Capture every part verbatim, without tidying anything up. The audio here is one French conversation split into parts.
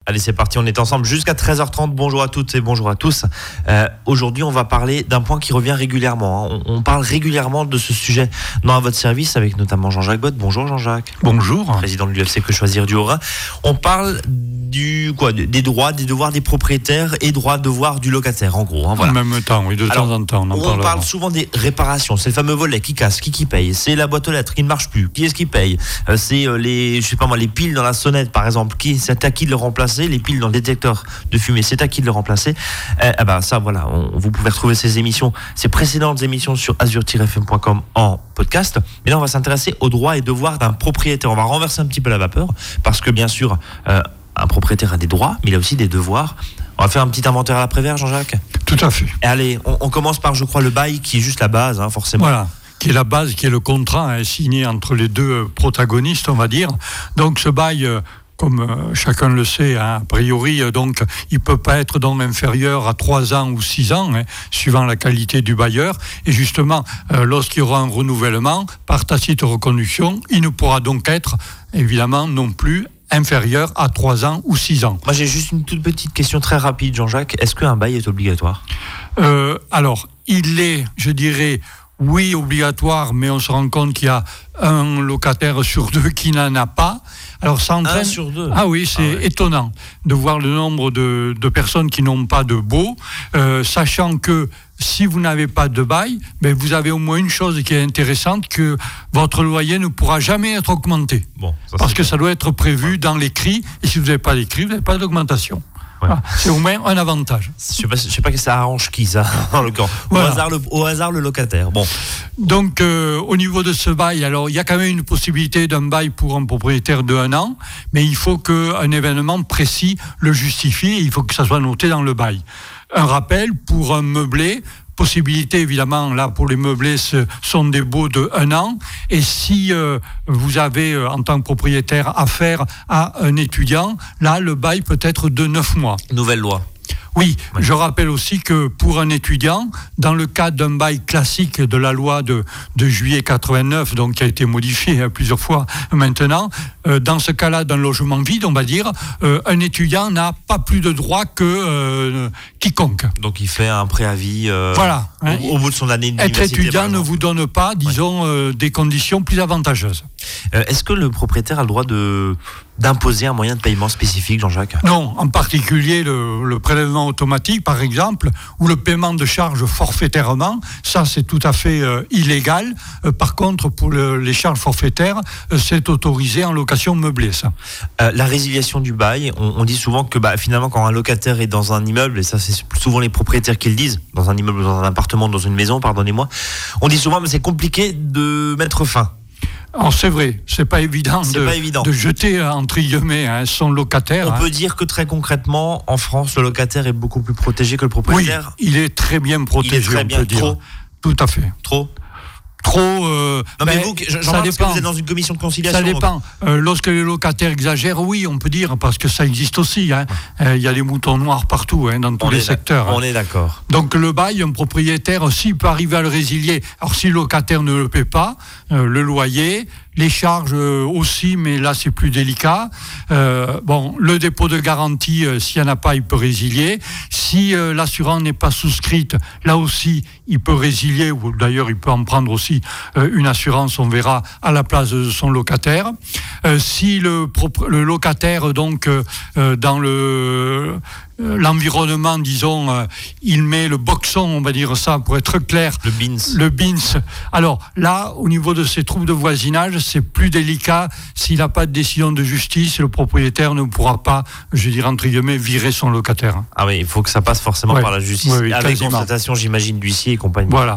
Allez, c'est parti, on est ensemble jusqu'à treize heures trente. Bonjour à toutes et bonjour à tous. Euh, aujourd'hui, on va parler d'un point qui revient régulièrement. Hein. On, on parle régulièrement de ce sujet dans À votre service avec notamment Jean-Jacques Bott. Bonjour Jean-Jacques. Bonjour. Président de l'U F C Que Choisir du Haut-Rhin. On parle du, quoi, des droits, des devoirs des propriétaires et droits, devoirs du locataire, en gros. Hein, voilà. En même temps, oui, de Alors, temps en temps. On, en on parle, parle souvent des réparations. C'est le fameux volet qui casse, qui qui paye. C'est la boîte aux lettres qui ne marche plus. Qui est-ce qui paye ? euh, C'est euh, les, je sais pas moi, les piles dans la sonnette, par exemple. Qui, c'est à qui de le remplacer ? Les piles dans le détecteur de fumée, c'est à qui de le remplacer ? Eh, eh ben ça, voilà, on, vous pouvez retrouver ces émissions, ces précédentes émissions sur azur tiret f m point com en podcast. Mais là, on va s'intéresser aux droits et devoirs d'un propriétaire. On va renverser un petit peu la vapeur, parce que bien sûr, euh, un propriétaire a des droits, mais il a aussi des devoirs. On va faire un petit inventaire à l'après-vert, Jean-Jacques ? Tout à fait. Et allez, on, on commence par, je crois, le bail, qui est juste la base, hein, forcément. Voilà, qui est la base, qui est le contrat hein, signé entre les deux protagonistes, on va dire. Donc ce bail... Euh, Comme euh, chacun le sait, hein, a priori, euh, donc, il ne peut pas être donc, inférieur à trois ans ou six ans, hein, suivant la qualité du bailleur. Et justement, euh, lorsqu'il y aura un renouvellement, par tacite reconduction, il ne pourra donc être, évidemment, non plus inférieur à trois ans ou six ans. Moi, j'ai juste une toute petite question très rapide, Jean-Jacques. Est-ce qu'un bail est obligatoire ? euh, Alors, il est, je dirais... Oui, obligatoire, mais on se rend compte qu'il y a un locataire sur deux qui n'en a pas. Alors ça entraîne... Un sur deux. Ah oui, c'est ah ouais. étonnant de voir le nombre de, de personnes qui n'ont pas de baux, euh, sachant que si vous n'avez pas de bail, ben vous avez au moins une chose qui est intéressante, que votre loyer ne pourra jamais être augmenté. Bon, ça, parce que ça doit être prévu ouais. dans l'écrit, et si vous n'avez pas l'écrit, vous n'avez pas d'augmentation. Ouais. Ah, c'est au moins un avantage. Je sais pas, je sais pas que ça arrange qui ça dans le camp. Au, voilà. hasard, le, au hasard le locataire. Bon. Donc euh, au niveau de ce bail, alors il y a quand même une possibilité d'un bail pour un propriétaire de un an, mais il faut qu'un événement précis le justifie et il faut que ça soit noté dans le bail. Un rappel pour un meublé. Possibilité évidemment là pour les meublés ce sont des baux de un an et si euh, vous avez euh, en tant que propriétaire affaire à un étudiant, là le bail peut être de neuf mois. Nouvelle loi. Oui, oui, je rappelle aussi que pour un étudiant, dans le cadre d'un bail classique de la loi de, de juillet quatre-vingt-neuf, donc qui a été modifiée hein, plusieurs fois maintenant, euh, dans ce cas-là, d'un logement vide, on va dire, euh, un étudiant n'a pas plus de droits que euh, quiconque. Donc il fait un préavis euh, voilà, hein, au, au bout de son année d'université. Être étudiant ne vous donne pas, disons, ouais. euh, des conditions plus avantageuses. Euh, est-ce que le propriétaire a le droit de... d'imposer un moyen de paiement spécifique, Jean-Jacques ? Non, en particulier le, le prélèvement automatique, par exemple, ou le paiement de charges forfaitairement, ça c'est tout à fait euh, illégal. Euh, par contre, pour le, les charges forfaitaires, euh, c'est autorisé en location meublée, ça. Euh, la résiliation du bail, on, on dit souvent que bah, finalement, quand un locataire est dans un immeuble, et ça c'est souvent les propriétaires qui le disent, dans un immeuble, dans un appartement, dans une maison, pardonnez-moi, on dit souvent que c'est compliqué de mettre fin. Alors c'est vrai, c'est pas évident, c'est de, pas évident. de jeter entre guillemets hein, son locataire. On hein. peut dire que très concrètement, en France, le locataire est beaucoup plus protégé que le propriétaire. Oui, il est très bien protégé. Il est très on bien, peut dire. Trop. Tout à fait. Trop. Trop. Euh, non mais ben, vous, Jean-Marc, parce que vous êtes dans une commission de conciliation. Ça dépend. Euh, lorsque les locataires exagèrent, oui, on peut dire, parce que ça existe aussi. Hein. Euh, il y a des moutons noirs partout, hein, dans tous on les secteurs. On hein. est d'accord. Donc le bail, un propriétaire, s'il peut arriver à le résilier, alors si le locataire ne le paie pas, euh, le loyer, les charges euh, aussi, mais là c'est plus délicat. Euh, bon, le dépôt de garantie, euh, s'il n'y en a pas, il peut résilier. Si euh, l'assurance n'est pas souscrite, là aussi, il peut résilier, ou d'ailleurs il peut en prendre aussi euh, une assurance, on verra, à la place de son locataire. Euh, si le, propre, le locataire, donc, euh, dans le... l'environnement, disons, euh, il met le boxon, on va dire ça, pour être clair. Le bins. Le bins. Alors là, au niveau de ces troubles de voisinage, c'est plus délicat. S'il n'a pas de décision de justice, le propriétaire ne pourra pas, je dirais entre guillemets, virer son locataire. Ah oui, il faut que ça passe forcément ouais. par la justice, oui, oui, avec quasiment. Constatation, j'imagine, d'huissier et compagnie. Voilà.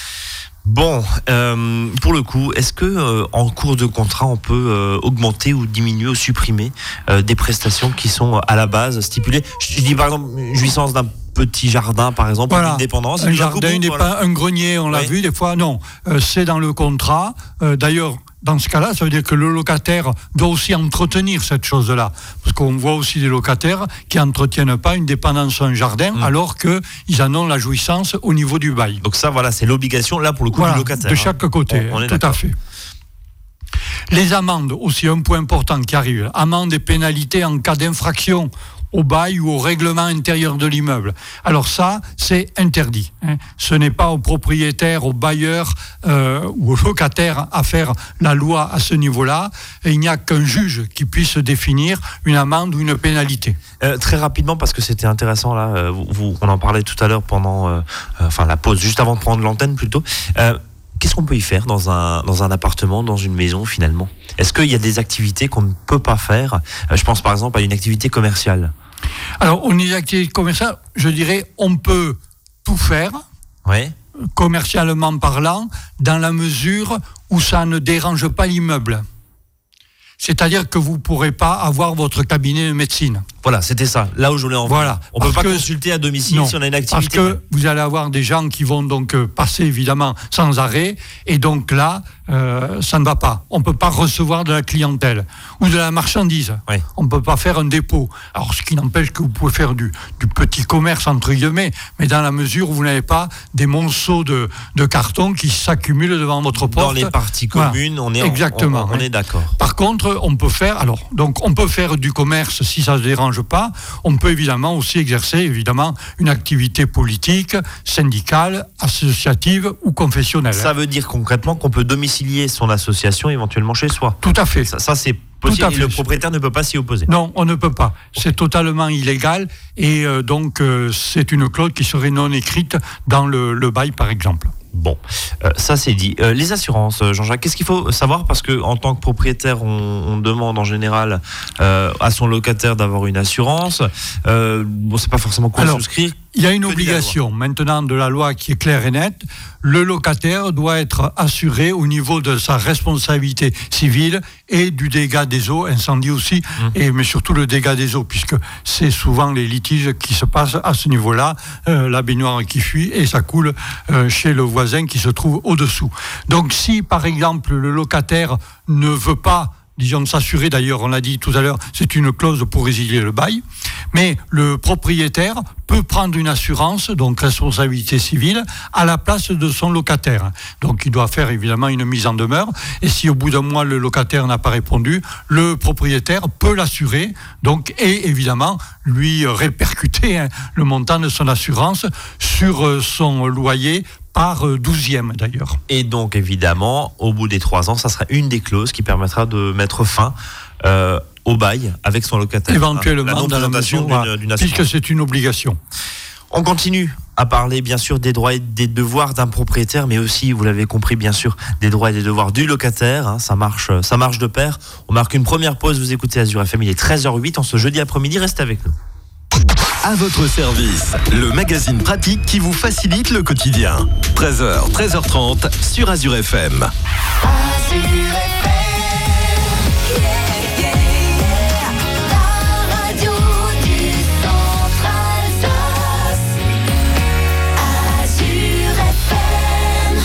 Bon, euh, pour le coup, est-ce que euh, en cours de contrat, on peut euh, augmenter ou diminuer ou supprimer euh, des prestations qui sont à la base stipulées ? Je, je dis par exemple jouissance d'un petit jardin, par exemple, voilà. Une dépendance. Un jardin, une voilà. un grenier, on l'a oui. vu des fois. Non, euh, c'est dans le contrat. Euh, d'ailleurs, dans ce cas-là, ça veut dire que le locataire doit aussi entretenir cette chose-là. Parce qu'on voit aussi des locataires qui n'entretiennent pas une dépendance ou un jardin, mmh. alors qu'ils en ont la jouissance au niveau du bail. Donc ça, voilà, c'est l'obligation, là, pour le coup, voilà, du locataire. De chaque côté, on, on est tout d'accord. à fait. Les amendes, aussi un point important qui arrive. Amendes et pénalités en cas d'infraction au bail ou au règlement intérieur de l'immeuble. Alors ça, c'est interdit. Hein. Ce n'est pas au propriétaire, au bailleur euh, ou au locataire à faire la loi à ce niveau-là. Et il n'y a qu'un juge qui puisse définir une amende ou une pénalité. Euh, très rapidement, parce que c'était intéressant, là, euh, vous, vous, on en parlait tout à l'heure pendant euh, euh, enfin, la pause, juste avant de prendre l'antenne plutôt. Euh, Qu'est-ce qu'on peut y faire dans un, dans un appartement, dans une maison finalement ? Est-ce qu'il y a des activités qu'on ne peut pas faire ? Je pense par exemple à une activité commerciale. Alors, on est activité commerciale, je dirais, on peut tout faire, ouais. commercialement parlant, dans la mesure où ça ne dérange pas l'immeuble. C'est-à-dire que vous ne pourrez pas avoir votre cabinet de médecine. Voilà, c'était ça. Là où je voulais en voilà. venir. On ne peut pas que, consulter à domicile non, si on a une activité. Parce que vous allez avoir des gens qui vont donc passer évidemment sans arrêt. Et donc là, euh, ça ne va pas. On ne peut pas recevoir de la clientèle ou de la marchandise. Oui. On ne peut pas faire un dépôt. Alors, ce qui n'empêche que vous pouvez faire du, du petit commerce, entre guillemets, mais dans la mesure où vous n'avez pas des monceaux de, de carton qui s'accumulent devant votre porte. Dans les parties communes, voilà. on est, Exactement, on, on, on oui. est d'accord. Par contre, on peut faire, alors, donc, on peut faire du commerce si ça ne dérange pas. On peut évidemment aussi exercer évidemment une activité politique, syndicale, associative ou confessionnelle. Ça veut dire concrètement qu'on peut domicilier son association éventuellement chez soi. Tout à fait. Ça, ça c'est possible et le propriétaire ne peut pas s'y opposer. Non, on ne peut pas. C'est totalement illégal et euh, donc euh, c'est une clause qui serait non écrite dans le, le bail par exemple. Bon, euh, ça c'est dit. Euh, les assurances, Jean-Jacques, qu'est-ce qu'il faut savoir ? Parce que en tant que propriétaire, on, on demande en général euh, à son locataire d'avoir une assurance. Euh, bon, c'est pas forcément quoi Alors, souscrire. Il y a une obligation maintenant de la loi qui est claire et nette. Le locataire doit être assuré au niveau de sa responsabilité civile et du dégât des eaux, incendie aussi, mmh. et mais surtout le dégât des eaux, puisque c'est souvent les litiges qui se passent à ce niveau-là, euh, la baignoire qui fuit et ça coule euh, chez le voisin qui se trouve au-dessous. Donc si par exemple le locataire ne veut pas, disons, s'assurer, d'ailleurs, on l'a dit tout à l'heure, c'est une clause pour résilier le bail, mais le propriétaire peut prendre une assurance, donc responsabilité civile, à la place de son locataire. Donc il doit faire évidemment une mise en demeure, et si au bout d'un mois le locataire n'a pas répondu, le propriétaire peut l'assurer, donc, et évidemment lui répercuter hein, le montant de son assurance sur son loyer, par douzième d'ailleurs. Et donc évidemment, au bout des trois ans, ça sera une des clauses qui permettra de mettre fin euh, au bail avec son locataire. Éventuellement, hein, la dans la mesure, d'une, d'une assurance. Puisque c'est une obligation. On continue à parler bien sûr des droits et des devoirs d'un propriétaire, mais aussi, vous l'avez compris bien sûr, des droits et des devoirs du locataire. Hein, ça marche, ça marche de pair. On marque une première pause. Vous écoutez Azure F M. Il est treize heures huit en ce jeudi après-midi. Restez avec nous. À votre service, le magazine pratique qui vous facilite le quotidien. treize heures, treize heures trente sur Azure F M. Azure F M. Yeah, yeah, yeah. La radio du Centre Alsace. Azure F M.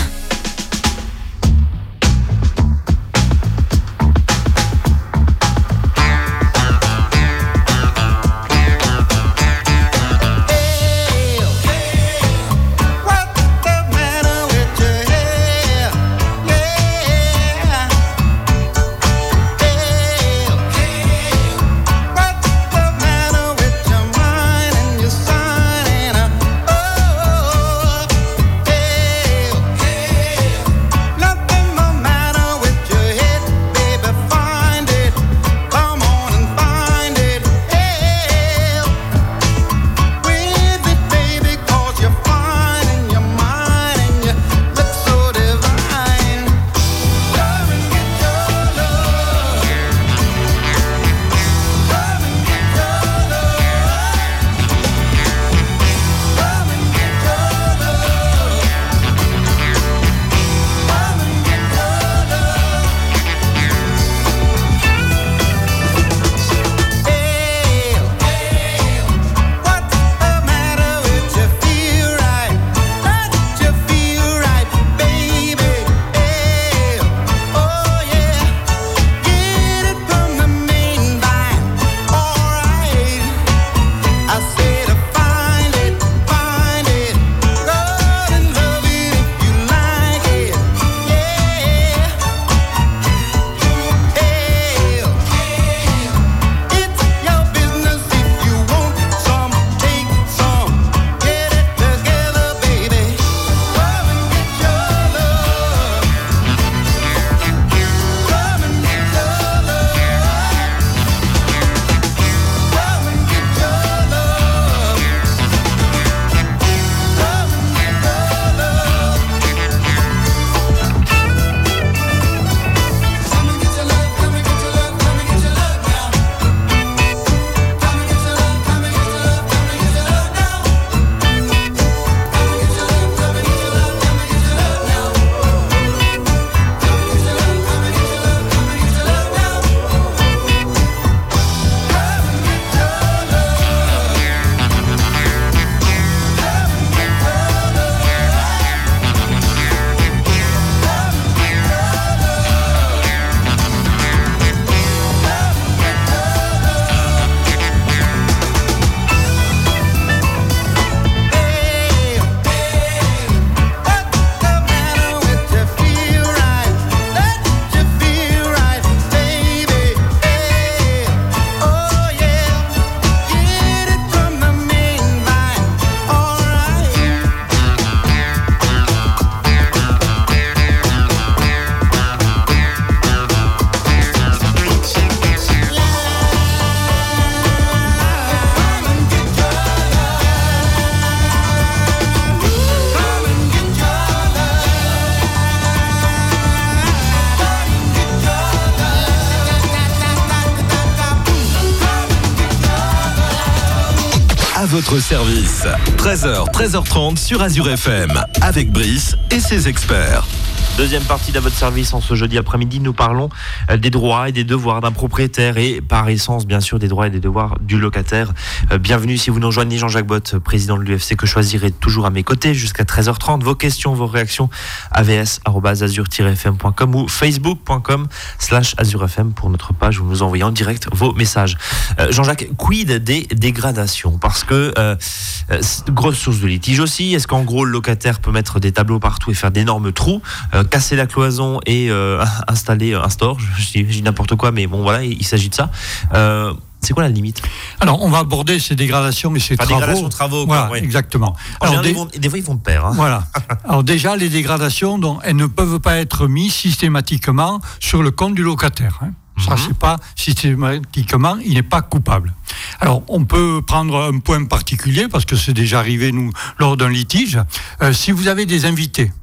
votre service. treize heures, treize heures trente sur Azure F M, avec Brice et ses experts. Deuxième partie d'à votre service en ce jeudi après-midi, nous parlons des droits et des devoirs d'un propriétaire et par essence bien sûr des droits et des devoirs du locataire. Bienvenue si vous nous rejoignez, Jean-Jacques Bott, président de l'U F C que choisir est toujours à mes côtés jusqu'à treize heures trente. Vos questions, vos réactions, a v s arobase azure tiret f m point com ou facebook point com slash azure f m pour notre page où nous envoyons en direct vos messages. Euh, Jean-Jacques, quid des dégradations? Parce que euh, grosse source de litige aussi. Est-ce qu'en gros le locataire peut mettre des tableaux partout et faire d'énormes trous, euh, casser la cloison et euh, installer un store, je, je, je dis n'importe quoi, mais bon voilà, il, il s'agit de ça. Euh, c'est quoi la limite? Alors, on va aborder ces dégradations et ces enfin, travaux. Dégradations, travaux, voilà, quoi, oui. Exactement. Alors, Alors, des, des, vont, des fois, ils vont de pair. Hein. Voilà. Alors déjà, les dégradations, donc, elles ne peuvent pas être mises systématiquement sur le compte du locataire. Hein. Ça, c'est pas systématiquement, il n'est pas coupable. Alors, on peut prendre un point particulier, parce que c'est déjà arrivé, nous, lors d'un litige. Euh, si vous avez des invités,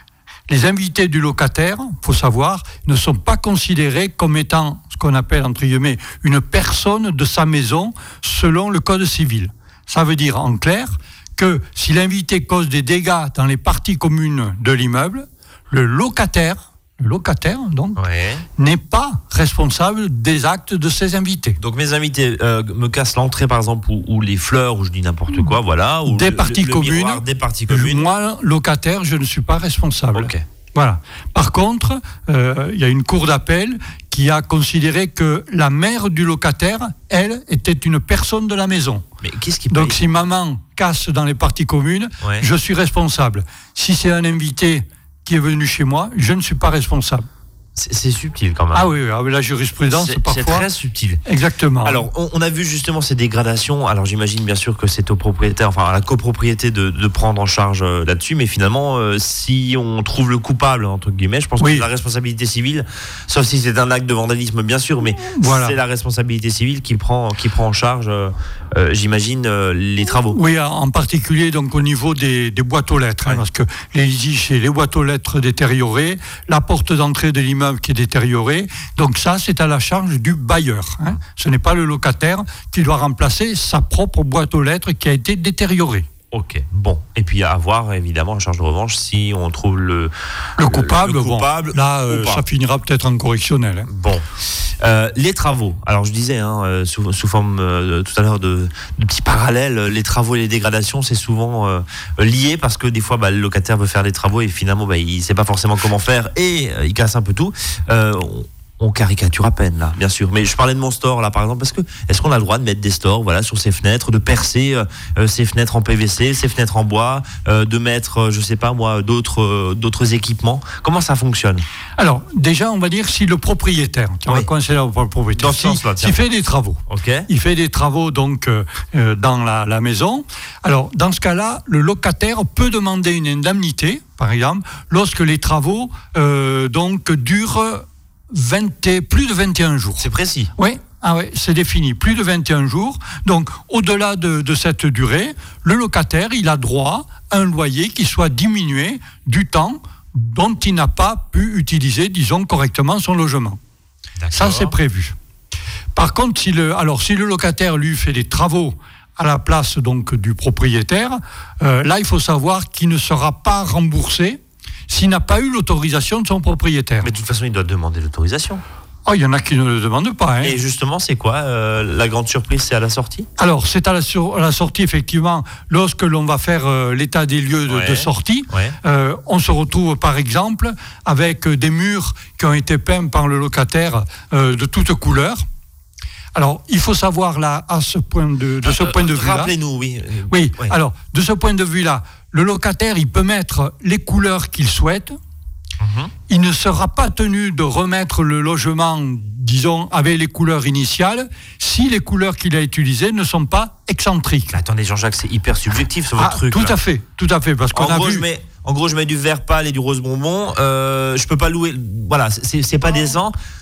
les invités du locataire, il faut savoir, ne sont pas considérés comme étant ce qu'on appelle, entre guillemets, une personne de sa maison selon le Code civil. Ça veut dire, en clair, que si l'invité cause des dégâts dans les parties communes de l'immeuble, le locataire, le locataire, donc, ouais. n'est pas responsable des actes de ses invités. Donc mes invités euh, me cassent l'entrée, par exemple, ou, ou les fleurs, ou je dis n'importe quoi, voilà. Ou des, le, parties le, communes, le miroir, des parties communes. Moi, locataire, je ne suis pas responsable. Okay. Voilà. Par contre, euh, il y a une cour d'appel qui a considéré que la mère du locataire, elle, était une personne de la maison. Mais qu'est-ce qui Donc paye? si maman casse dans les parties communes, ouais. je suis responsable. Si c'est un invité qui est venu chez moi, je ne suis pas responsable. C'est, c'est subtil quand même. Ah oui, oui, la jurisprudence c'est, parfois. C'est très subtil. Exactement. Alors, on, on a vu justement ces dégradations. Alors, j'imagine bien sûr que c'est au propriétaire, enfin à la copropriété de, de prendre en charge euh, là-dessus. Mais finalement, euh, si on trouve le coupable entre guillemets, je pense oui. que c'est la responsabilité civile, sauf si c'est un acte de vandalisme, bien sûr, mais voilà. c'est la responsabilité civile qui prend qui prend en charge, euh, euh, j'imagine, euh, les travaux. Oui, en particulier donc au niveau des, des boîtes aux lettres, ouais. hein, parce que les litiges, c'est les boîtes aux lettres détériorées, la porte d'entrée de l'immeuble qui est détérioré. Donc ça, c'est à la charge du bailleur. Hein. Ce n'est pas le locataire qui doit remplacer sa propre boîte aux lettres qui a été détériorée. Ok, bon. Et puis à voir, évidemment, en charge de revanche, si on trouve le, le coupable. Le, le coupable bon, là, euh, ça finira peut-être en correctionnel. Hein. Bon. Euh, les travaux. Alors, je disais, hein, sous, sous forme euh, tout à l'heure de, de petits parallèles, les travaux et les dégradations, c'est souvent euh, lié parce que des fois, bah, le locataire veut faire des travaux et finalement, bah, il ne sait pas forcément comment faire et euh, il casse un peu tout. Euh, on, On caricature à peine là, bien sûr. Mais je parlais de mon store là, par exemple, parce que est-ce qu'on a le droit de mettre des stores, voilà, sur ces fenêtres, de percer euh, ces fenêtres en P V C, ces fenêtres en bois, euh, de mettre, euh, je sais pas moi, d'autres euh, d'autres équipements. Comment ça fonctionne? Alors déjà, on va dire si le propriétaire, on oui. va commencer là par le propriétaire, si, s'il fait des travaux, okay. il fait des travaux donc euh, dans la, la maison. Alors dans ce cas-là, le locataire peut demander une indemnité, par exemple, lorsque les travaux euh, donc durent vingt, plus de vingt et un jours. C'est précis. Oui, ah ouais, c'est défini, plus de vingt et un jours. Donc, au-delà de, de cette durée, le locataire, il a droit à un loyer qui soit diminué du temps dont il n'a pas pu utiliser, disons, correctement son logement. D'accord. Ça, c'est prévu. Par contre, si le, alors, si le locataire, lui, fait des travaux à la place donc, du propriétaire, euh, là, il faut savoir qu'il ne sera pas remboursé s'il n'a pas eu l'autorisation de son propriétaire. Mais de toute façon, il doit demander l'autorisation. Oh, il y en a qui ne le demandent pas. Hein. Et justement, c'est quoi euh, la grande surprise? C'est à la sortie? Alors, c'est à la, sur, à la sortie, effectivement, lorsque l'on va faire euh, l'état des lieux de, ouais. de sortie. Ouais. Euh, on se retrouve, par exemple, avec des murs qui ont été peints par le locataire euh, de toutes couleurs. Alors, il faut savoir là, à ce point de, de ce euh, point de vue-là. Rappelez-nous, oui. Oui. oui. Alors, de ce point de vue-là, le locataire, il peut mettre les couleurs qu'il souhaite. Mmh. Il ne sera pas tenu de remettre le logement, disons, avec les couleurs initiales, si les couleurs qu'il a utilisées ne sont pas excentriques. Mais attendez, Jean-Jacques, c'est hyper subjectif, ce votre ah, truc. Tout là. à fait, tout à fait, parce qu'on en a gros, vu. Je mets, en gros, je mets du vert pâle et du rose bonbon. Euh, je peux pas louer. Voilà, c'est, c'est pas décent.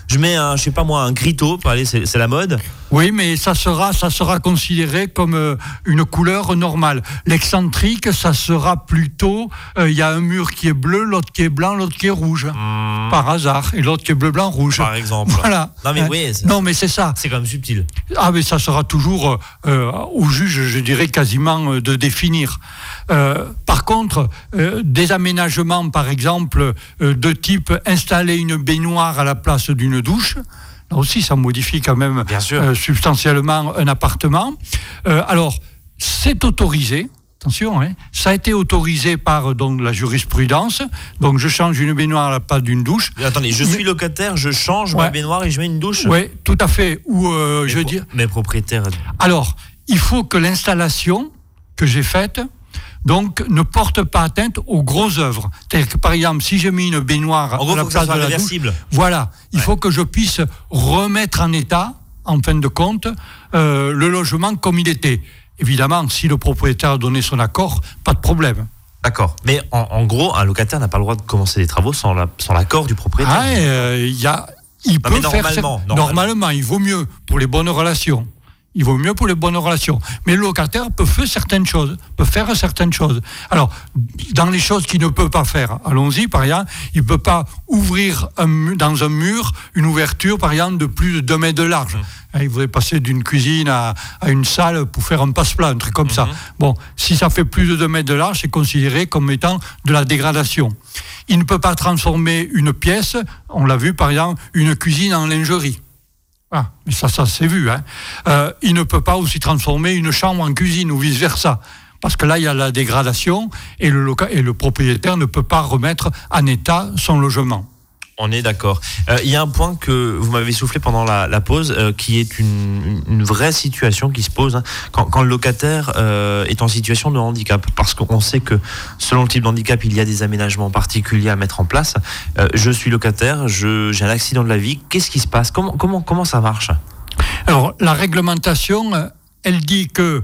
Je mets un, je sais pas moi, un gris taupe, allez, c'est, c'est la mode. Oui, mais ça sera, ça sera considéré comme euh, une couleur normale. L'excentrique, ça sera plutôt, il euh, y a un mur qui est bleu, l'autre qui est blanc, l'autre qui est rouge, mmh. par hasard, et l'autre qui est bleu, blanc, rouge. Par exemple. Voilà. Non mais oui. C'est, non mais c'est ça. C'est quand même subtil. Ah mais ça sera toujours euh, au juge, je dirais quasiment euh, de définir. Euh, par contre, euh, des aménagements, par exemple, euh, de type installer une baignoire à la place d'une douche. Là aussi, ça modifie quand même euh, substantiellement un appartement. Euh, alors, c'est autorisé. Attention, hein, ça a été autorisé par donc la jurisprudence. Donc, je change une baignoire à la place d'une douche. Mais attendez, je suis locataire, je change ouais. ma baignoire et je mets une douche. Oui, tout à fait. Ou euh, je veux pro- dire. Mes propriétaires. Alors, il faut que l'installation que j'ai faite donc ne porte pas atteinte aux grosses œuvres. C'est-à-dire que par exemple, si j'ai mis une baignoire en gros, à la faut place que ça de la réversible. douche, voilà, il ouais. faut que je puisse remettre en état, en fin de compte, euh, le logement comme il était. Évidemment, si le propriétaire a donné son accord, pas de problème. D'accord. Mais en, en gros, un locataire n'a pas le droit de commencer des travaux sans, la, sans l'accord du propriétaire. Ah, euh, y a, il non, peut mais normalement, faire normalement. normalement, il vaut mieux pour les bonnes relations. Il vaut mieux pour les bonnes relations. Mais le locataire peut faire certaines choses, peut faire certaines choses. Alors, dans les choses qu'il ne peut pas faire, allons-y, par exemple, il ne peut pas ouvrir un, dans un mur une ouverture, par exemple, de plus de deux mètres de large. Mmh. Il voudrait passer d'une cuisine à, à une salle pour faire un passe-plat, un truc comme mmh. ça. Bon, si ça fait plus de deux mètres de large, c'est considéré comme étant de la dégradation. Il ne peut pas transformer une pièce, on l'a vu, par exemple, une cuisine en lingerie. Ah, mais ça, ça s'est vu. Hein. Euh, il ne peut pas aussi transformer une chambre en cuisine ou vice-versa. Parce que là, il y a la dégradation et le, loca- et le propriétaire ne peut pas remettre en état son logement. On est d'accord. Euh, il y a un point que vous m'avez soufflé pendant la, la pause, euh, qui est une, une vraie situation qui se pose hein, quand, quand le locataire euh, est en situation de handicap. Parce qu'on sait que selon le type de handicap, il y a des aménagements particuliers à mettre en place. Euh, je suis locataire, je, j'ai un accident de la vie. Qu'est-ce qui se passe ? Comment, comment, comment ça marche ? Alors, la réglementation, elle dit que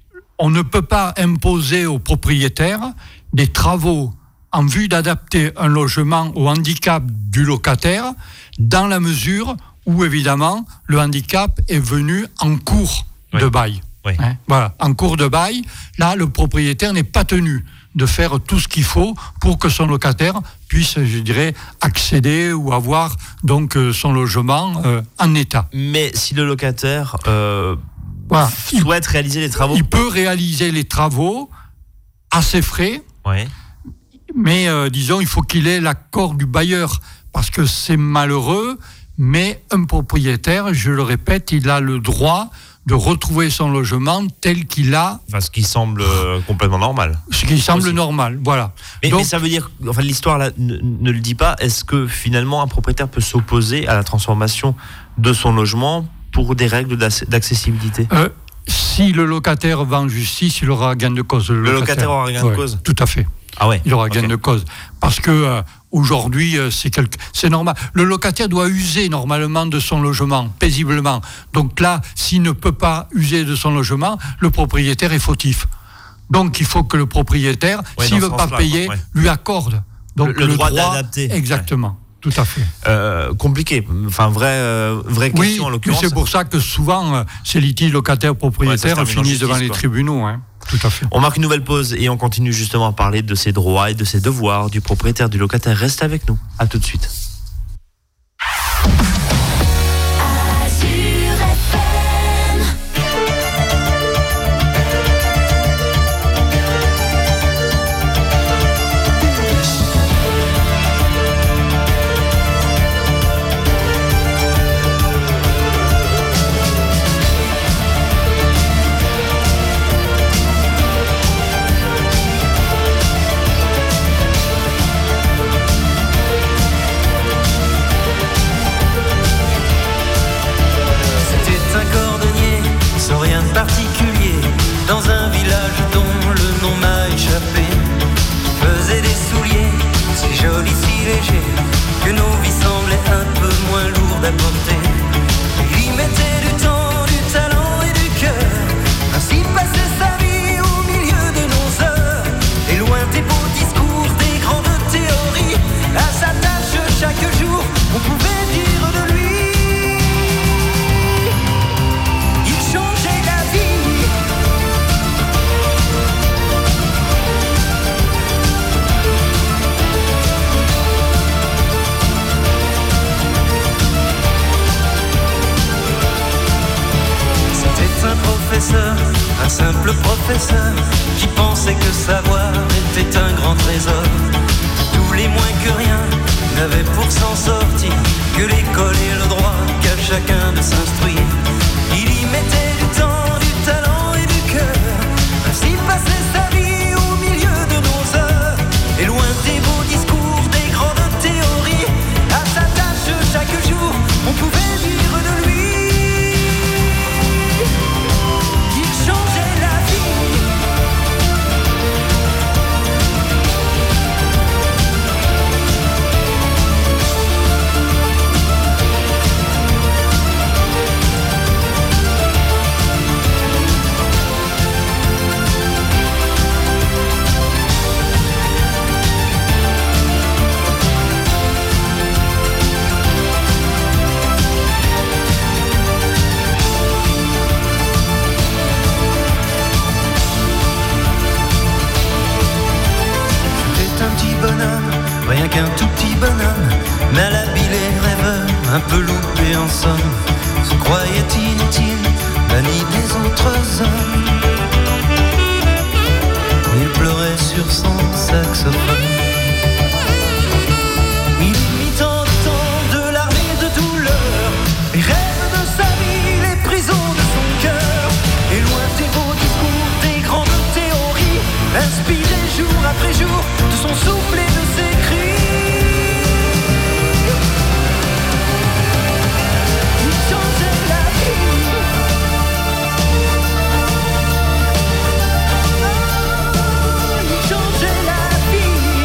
on ne peut pas imposer aux propriétaires des travaux en vue d'adapter un logement au handicap du locataire, dans la mesure où, évidemment, le handicap est venu en cours oui. de bail. Oui. Hein, voilà, en cours de bail, là, le propriétaire n'est pas tenu de faire tout ce qu'il faut pour que son locataire puisse, je dirais, accéder ou avoir donc son logement euh, en état. Mais si le locataire euh, voilà. souhaite il, réaliser les travaux... Il peut réaliser les travaux à ses frais, oui. mais euh, disons, il faut qu'il ait l'accord du bailleur, parce que c'est malheureux, mais un propriétaire, je le répète, il a le droit de retrouver son logement tel qu'il a... Enfin, ce qui semble euh, complètement normal. Ce qui semble aussi. normal, voilà. Mais, Donc, mais ça veut dire, enfin l'histoire là ne, ne le dit pas, est-ce que finalement un propriétaire peut s'opposer à la transformation de son logement pour des règles d'accessibilité ? euh, Si le locataire va en justice, il aura gain de cause. Le, le locataire, locataire aura gain de ouais, cause ? Tout à fait. Ah ouais. Il aura okay. gain de cause. Parce que euh, aujourd'hui, euh, c'est, quelque... c'est normal. Le locataire doit user normalement de son logement, paisiblement. Donc là, s'il ne peut pas user de son logement, le propriétaire est fautif. Donc il faut que le propriétaire, ouais, s'il ne veut pas payer, ouais. lui accorde. Donc le, le, le droit, droit d'adapter. Exactement. Ouais. Tout à fait. Euh, compliqué. Enfin, vraie, euh, vraie question oui, en l'occurrence. C'est pour ça que souvent, euh, ces litiges locataires-propriétaires ouais, finissent devant les quoi. tribunaux. Hein. Tout à fait. On marque une nouvelle pause et on continue justement à parler de ses droits et de ses devoirs du propriétaire, du locataire. Reste avec nous. À tout de suite. Que nos vies semblaient un peu moins lourdes à porter. Il y mettait du temps, du talent et du cœur. Ainsi passait sa vie au milieu de nos heures. Et loin des beaux discours, des grandes théories, à sa tâche chaque jour, on pouvait dire de lui. simple professeur qui pensait que savoir était un grand trésor. Tous les moins que rien n'avaient pour s'en sortir que l'école et le droit qu'à chacun de s'instruire. Il y mettait du temps, du talent et du cœur. Ainsi passait sa vie au milieu de nos heures. Et loin des beaux discours, des grandes théories, à sa tâche chaque jour, on pouvait dire de lui qu'il changeait la vie. Rien qu'un tout petit bonhomme, mal habile et rêveur, un peu loupé en somme, se croyait inutile, banni des autres hommes. Il pleurait sur son saxophone. Il mit tant de temps de larmes et de douleur, les rêves de sa vie, les prisons de son cœur. Et loin des beaux discours, des grandes théories, inspiré jour après jour de son souffle et de ses cris. Il changeait la vie. Oh, il changeait la vie.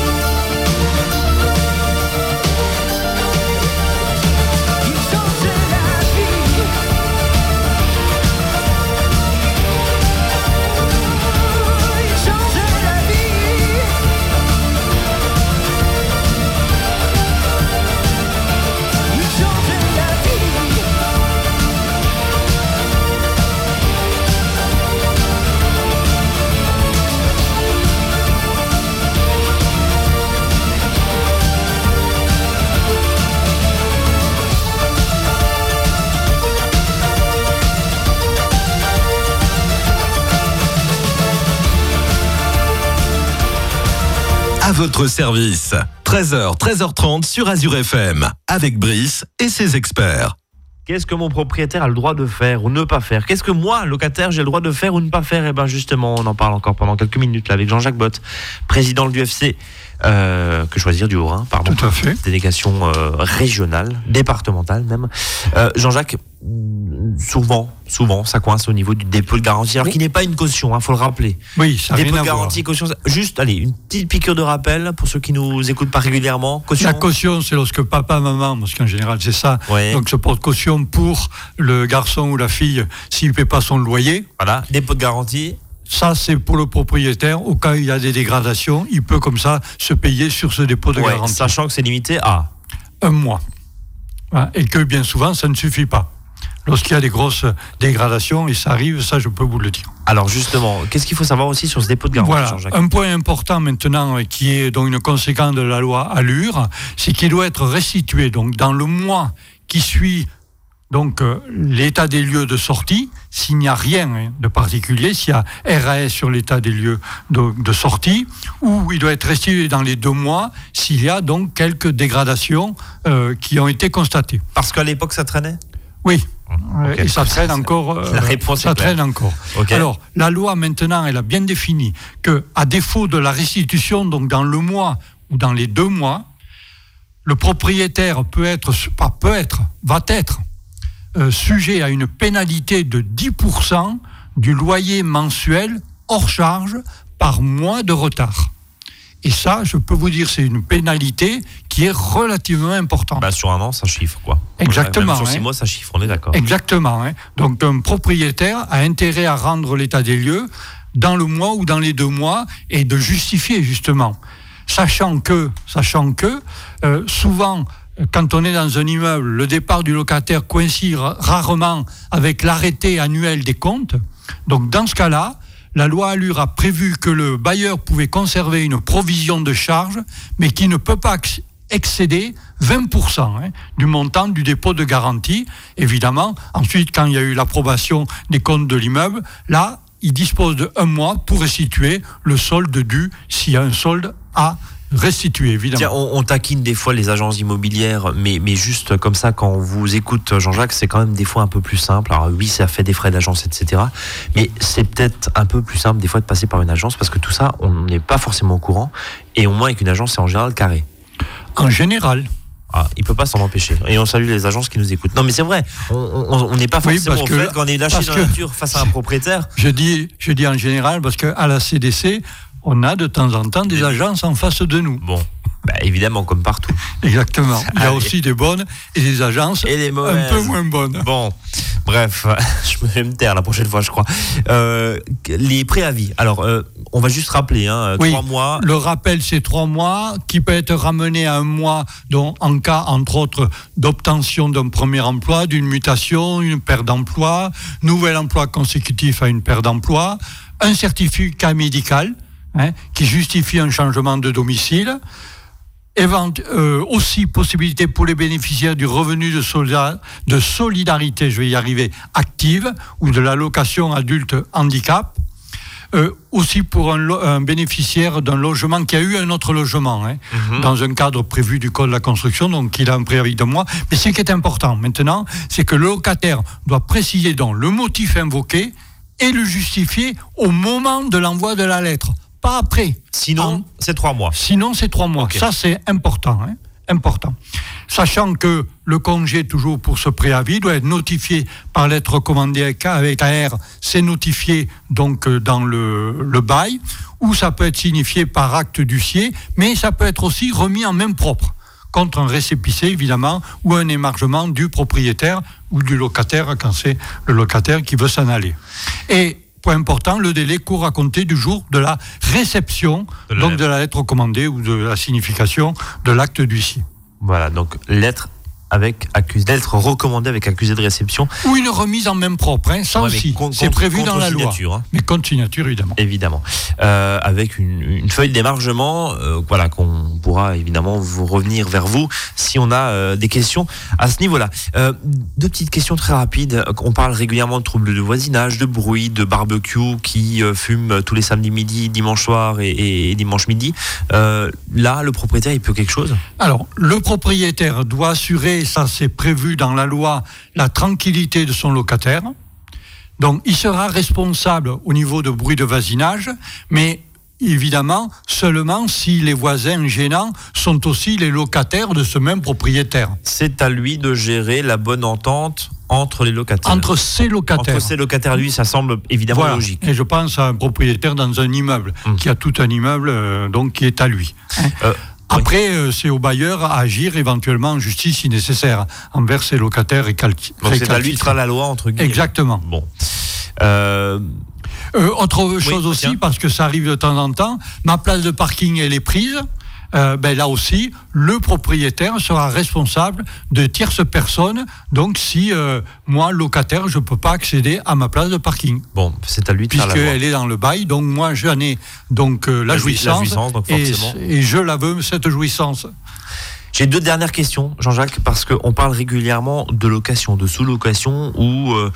Il changeait la vie. Il changeait la vie. Il changeait la vie. À votre service, treize heures, treize heures trente sur Azure F M, avec Brice et ses experts. Qu'est-ce que mon propriétaire a le droit de faire ou ne pas faire? Qu'est-ce que moi, locataire, j'ai le droit de faire ou ne pas faire? Eh bien justement, on en parle encore pendant quelques minutes là, avec Jean-Jacques Bott, président de l'U F C, euh, que choisir du Haut-Rhin, pardon. Tout à fait. Délégation euh, régionale, départementale même. Euh, Jean-Jacques, souvent, souvent, ça coince au niveau du dépôt de garantie, alors Oui. qui n'est pas une caution, il hein, faut le rappeler. Oui, ça n'a Dépôt rien de à voir. garantie, caution, juste, allez, une petite piqûre de rappel pour ceux qui nous écoutent pas régulièrement. Caution. La caution, c'est lorsque papa, maman, parce qu'en général c'est ça, Ouais. donc se porte caution pour le garçon ou la fille s'il ne paie pas son loyer. Voilà, dépôt de garantie. Ça, c'est pour le propriétaire. Au cas où il y a des dégradations, il peut comme ça se payer sur ce dépôt de Ouais, garantie. sachant que c'est limité à. Un mois. Voilà. Et que bien souvent, ça ne suffit pas. Lorsqu'il y a des grosses dégradations, et ça arrive, ça je peux vous le dire. Alors justement, qu'est-ce qu'il faut savoir aussi sur ce dépôt de garantie, Voilà, Jean-Jacques? un point important maintenant, qui est donc une conséquence de la loi Allure, c'est qu'il doit être restitué donc dans le mois qui suit donc euh, l'état des lieux de sortie, s'il n'y a rien hein, de particulier, s'il y a R A S sur l'état des lieux de, de sortie, ou il doit être restitué dans les deux mois s'il y a donc quelques dégradations euh, qui ont été constatées. Parce qu'à l'époque, ça traînait? Oui. Okay. Et ça traîne encore. Euh, La réponse ça est claire. traîne encore. Okay. Alors, la loi maintenant, elle a bien défini que, à défaut de la restitution, donc dans le mois ou dans les deux mois, le propriétaire peut être, pas peut être, va être euh, sujet à une pénalité de dix pour cent du loyer mensuel hors charge par mois de retard. Et ça, je peux vous dire, c'est une pénalité qui est relativement importante. Bah, sur un an, ça chiffre, quoi. Exactement. Même sur six hein. mois, ça chiffre, on est d'accord. Exactement. Hein. Donc, un propriétaire a intérêt à rendre l'état des lieux dans le mois ou dans les deux mois et de justifier, justement. Sachant que, sachant que euh, souvent, quand on est dans un immeuble, le départ du locataire coïncide rarement avec l'arrêté annuel des comptes. Donc, dans ce cas-là, la loi Allure a prévu que le bailleur pouvait conserver une provision de charge, mais qui ne peut pas excéder vingt pour cent hein, du montant du dépôt de garantie. Évidemment, ensuite, quand il y a eu l'approbation des comptes de l'immeuble, là, il dispose de un mois pour restituer le solde dû, s'il y a un solde à restituer, évidemment. Tiens, on, on taquine des fois les agences immobilières, mais, mais juste comme ça, quand on vous écoute, Jean-Jacques, c'est quand même des fois un peu plus simple. Alors oui, ça fait des frais d'agence, et cetera. Mais c'est peut-être un peu plus simple des fois de passer par une agence, parce que tout ça, on n'est pas forcément au courant. Et au moins, avec une agence, c'est en général carré. En général. Ah, il peut pas s'en empêcher. Et on salue les agences qui nous écoutent. Non, mais c'est vrai. On n'est pas forcément oui, au fait quand on est lâché dans la nature face à un propriétaire. Je dis, je dis en général parce qu'à la C D C, on a de temps en temps des agences en face de nous. Bon, bah, évidemment, comme partout. Exactement. Il y a Allez. aussi des bonnes et des agences Et des mauvaises. un peu moins bonnes. Bon, bref, je me vais me taire la prochaine fois, je crois. Euh, les préavis. Alors, euh, on va juste rappeler, hein, Oui, trois mois. Le rappel, c'est trois mois, qui peut être ramené à un mois donc, en cas, entre autres, d'obtention d'un premier emploi, d'une mutation, une perte d'emploi, nouvel emploi consécutif à une perte d'emploi, un certificat médical hein, qui justifie un changement de domicile. Évent, euh, aussi possibilité pour les bénéficiaires du revenu de, solida- de solidarité, je vais y arriver, active, ou de l'allocation adulte handicap. Euh, aussi pour un, lo- un bénéficiaire d'un logement qui a eu un autre logement, hein, Mhm. dans un cadre prévu du Code de la construction, donc il a un préavis de mois. Mais ce qui est important maintenant, c'est que le locataire doit préciser donc le motif invoqué et le justifier au moment de l'envoi de la lettre, pas après. Sinon, En- c'est trois mois. Sinon, c'est trois mois. Ok. Ça, c'est important. Hein, important. Sachant que le congé, toujours pour ce préavis, doit être notifié par lettre recommandée avec A R. C'est notifié donc euh, dans le, le bail, ou ça peut être signifié par acte d'huissier, mais ça peut être aussi remis en main propre, contre un récépissé, évidemment, ou un émargement du propriétaire ou du locataire, quand c'est le locataire qui veut s'en aller. Et point important, le délai court à compter du jour de la réception De la donc lettre. de la lettre recommandée ou de la signification de l'acte d'huissier. Voilà, donc lettre avec accusé, lettre recommandée avec accusé de réception. Ou une remise en main propre, hein, ça Ouais, mais aussi, con- c'est contre- prévu contre dans la loi. signature, hein. Mais contre signature, évidemment. Évidemment, euh, avec une, une feuille d'émargement, euh, voilà, qu'on pourra évidemment vous revenir vers vous si on a euh, des questions à ce niveau-là. Euh, deux petites questions très rapides. On parle régulièrement de troubles de voisinage, de bruit, de barbecue qui euh, fument tous les samedis midi, dimanche soir et, et, et dimanche midi. Euh, là, le propriétaire, il peut quelque chose ? Alors, le propriétaire doit assurer, ça c'est prévu dans la loi, la tranquillité de son locataire. Donc, il sera responsable au niveau de bruit de voisinage, mais évidemment, seulement si les voisins gênants sont aussi les locataires de ce même propriétaire. C'est à lui de gérer la bonne entente entre les locataires. Entre ces locataires. Entre ces locataires, lui, ça semble évidemment Voilà. logique. Et je pense à un propriétaire dans un immeuble, Hum. qui a tout un immeuble euh, donc qui est à lui. Euh, Après, euh, c'est au bailleur à agir éventuellement en justice si nécessaire envers ses locataires et calci- Donc c'est à lui de récalcitrants. faire la loi, entre guillemets. Exactement. Bon. Euh, Euh, autre chose aussi, tiens. parce que ça arrive de temps en temps, ma place de parking elle est prise. Euh, ben là aussi, le propriétaire sera responsable de tierces personnes. Donc, si euh, moi, locataire, je peux pas accéder à ma place de parking, bon, c'est à lui de faire la loi. puisqu'elle est dans le bail. Donc, moi, j'en ai donc euh, la, La- jouissance, la jouissance, donc et, forcément. et je la veux cette jouissance. J'ai deux dernières questions, Jean-Jacques, parce qu'on parle régulièrement de location, de sous-location ou euh,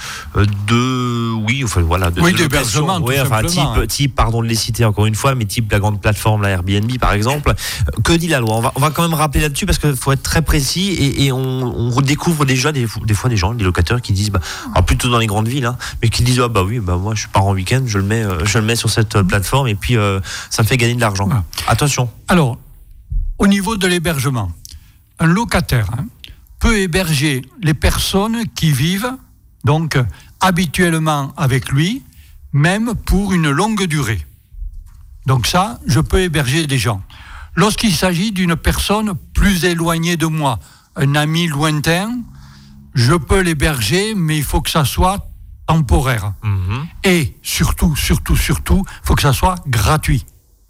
de, oui, enfin voilà, de, Oui, de d'hébergement, location. tout Oui, enfin, simplement, type, hein. type, pardon de les citer encore une fois, mais type la grande plateforme, la Airbnb par exemple. Euh, Que dit la loi ? On va, on va quand même rappeler là-dessus parce qu'il faut être très précis et, et on, on redécouvre déjà des, des fois des gens, des locataires qui disent, bah, alors plutôt dans les grandes villes, hein, mais qui disent, ah bah oui, bah moi je pars en week-end, je le mets, euh, je le mets sur cette euh, plateforme et puis euh, ça me fait gagner de l'argent. Voilà. Attention. Alors, au niveau de l'hébergement, un locataire hein, peut héberger les personnes qui vivent donc habituellement avec lui, même pour une longue durée. Donc ça, je peux héberger des gens. Lorsqu'il s'agit d'une personne plus éloignée de moi, un ami lointain, je peux l'héberger, mais il faut que ça soit temporaire. Mhm. Et surtout, surtout, surtout, il faut que ça soit gratuit.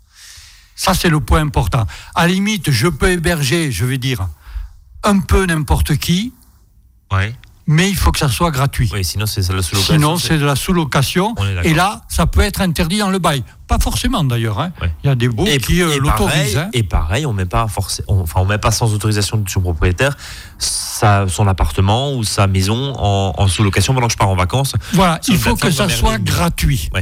Ça, c'est le point important. À la limite, je peux héberger, je vais dire, un peu n'importe qui, Ouais. mais il faut que ça soit gratuit. Oui, sinon c'est la sous-location. Sinon, c'est de la sous-location. On est d'accord. Et là, ça peut être interdit dans le bail. Pas forcément, d'ailleurs. Hein. Ouais. Il y a des baux Et, qui euh, et l'autorisent. pareil, Hein. et pareil, on met pas forcé- on, enfin on met pas sans autorisation de son propriétaire sa, son appartement ou sa maison en, en sous-location pendant que je pars en vacances. Voilà, sur il une faut que plateforme ça comme soit Airbnb. gratuit. Ouais.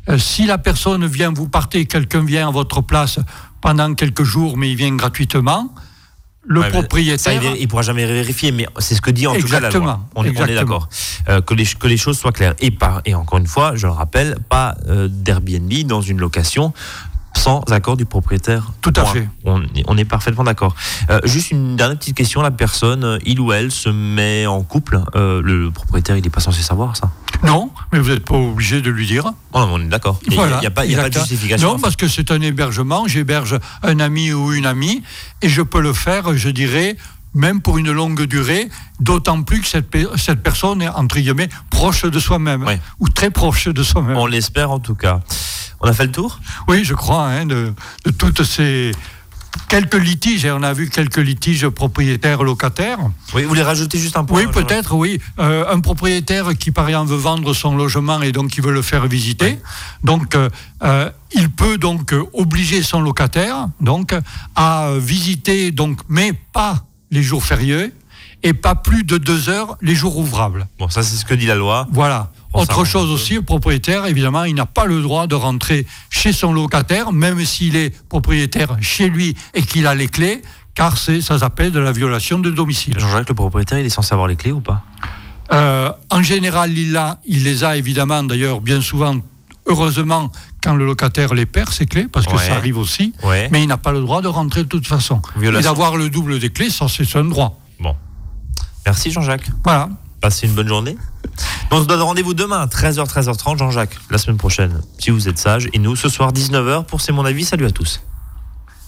euh, si la personne vient, vous partez, quelqu'un vient à votre place pendant quelques jours, mais il vient gratuitement, le ouais, propriétaire... Ça, il ne pourra jamais vérifier, mais c'est ce que dit en exactement, tout cas la loi. On, est, on est d'accord. Euh, que, les, que les choses soient claires. Et, par, et encore une fois, je le rappelle, pas euh, d'Airbnb dans une location sans accord du propriétaire. Tout à Point. fait. On, on est parfaitement d'accord. Euh, juste une dernière petite question. La personne, il ou elle, se met en couple. Euh, le, le propriétaire, il n'est pas censé savoir ça. Non, mais vous n'êtes pas obligé de lui dire. Oh, on est d'accord. Il n'y Voilà, a, a, pas, y a pas de justification. Non, parce que c'est un hébergement. J'héberge un ami ou une amie et je peux le faire, je dirais, même pour une longue durée, d'autant plus que cette, cette personne est, entre guillemets, proche de soi-même, ouais. ou très proche de soi-même. On l'espère en tout cas. On a fait le tour ? Oui, je crois, hein, de, de toutes ces... Quelques litiges, et on a vu quelques litiges propriétaires-locataires. Oui, vous voulez rajouter juste un point ? Oui, peut-être, oui. Euh, un propriétaire qui, par exemple, veut vendre son logement et donc qui veut le faire visiter. Oui. Donc, euh, il peut donc obliger son locataire donc, à visiter, donc, mais pas les jours fériés et pas plus de deux heures les jours ouvrables. Bon, ça, c'est ce que dit la loi. Voilà. Autre chose aussi, le propriétaire, évidemment, il n'a pas le droit de rentrer chez son locataire, même s'il est propriétaire chez lui et qu'il a les clés, car c'est, ça s'appelle de la violation de domicile. Jean-Jacques, le propriétaire, il est censé avoir les clés ou pas ? euh, En général, il, a, il les a évidemment, d'ailleurs, bien souvent, heureusement, quand le locataire les perd, ses clés, parce que ouais. ça arrive aussi, ouais. mais il n'a pas le droit de rentrer de toute façon. Violation. Et d'avoir le double des clés, ça, c'est un droit. Bon. Merci, Jean-Jacques. Voilà. Passez une bonne journée. On se donne rendez-vous demain, treize heures, treize heures trente, Jean-Jacques, la semaine prochaine, si vous êtes sage. Et nous, ce soir, dix-neuf heures, pour C'est mon avis. Salut à tous.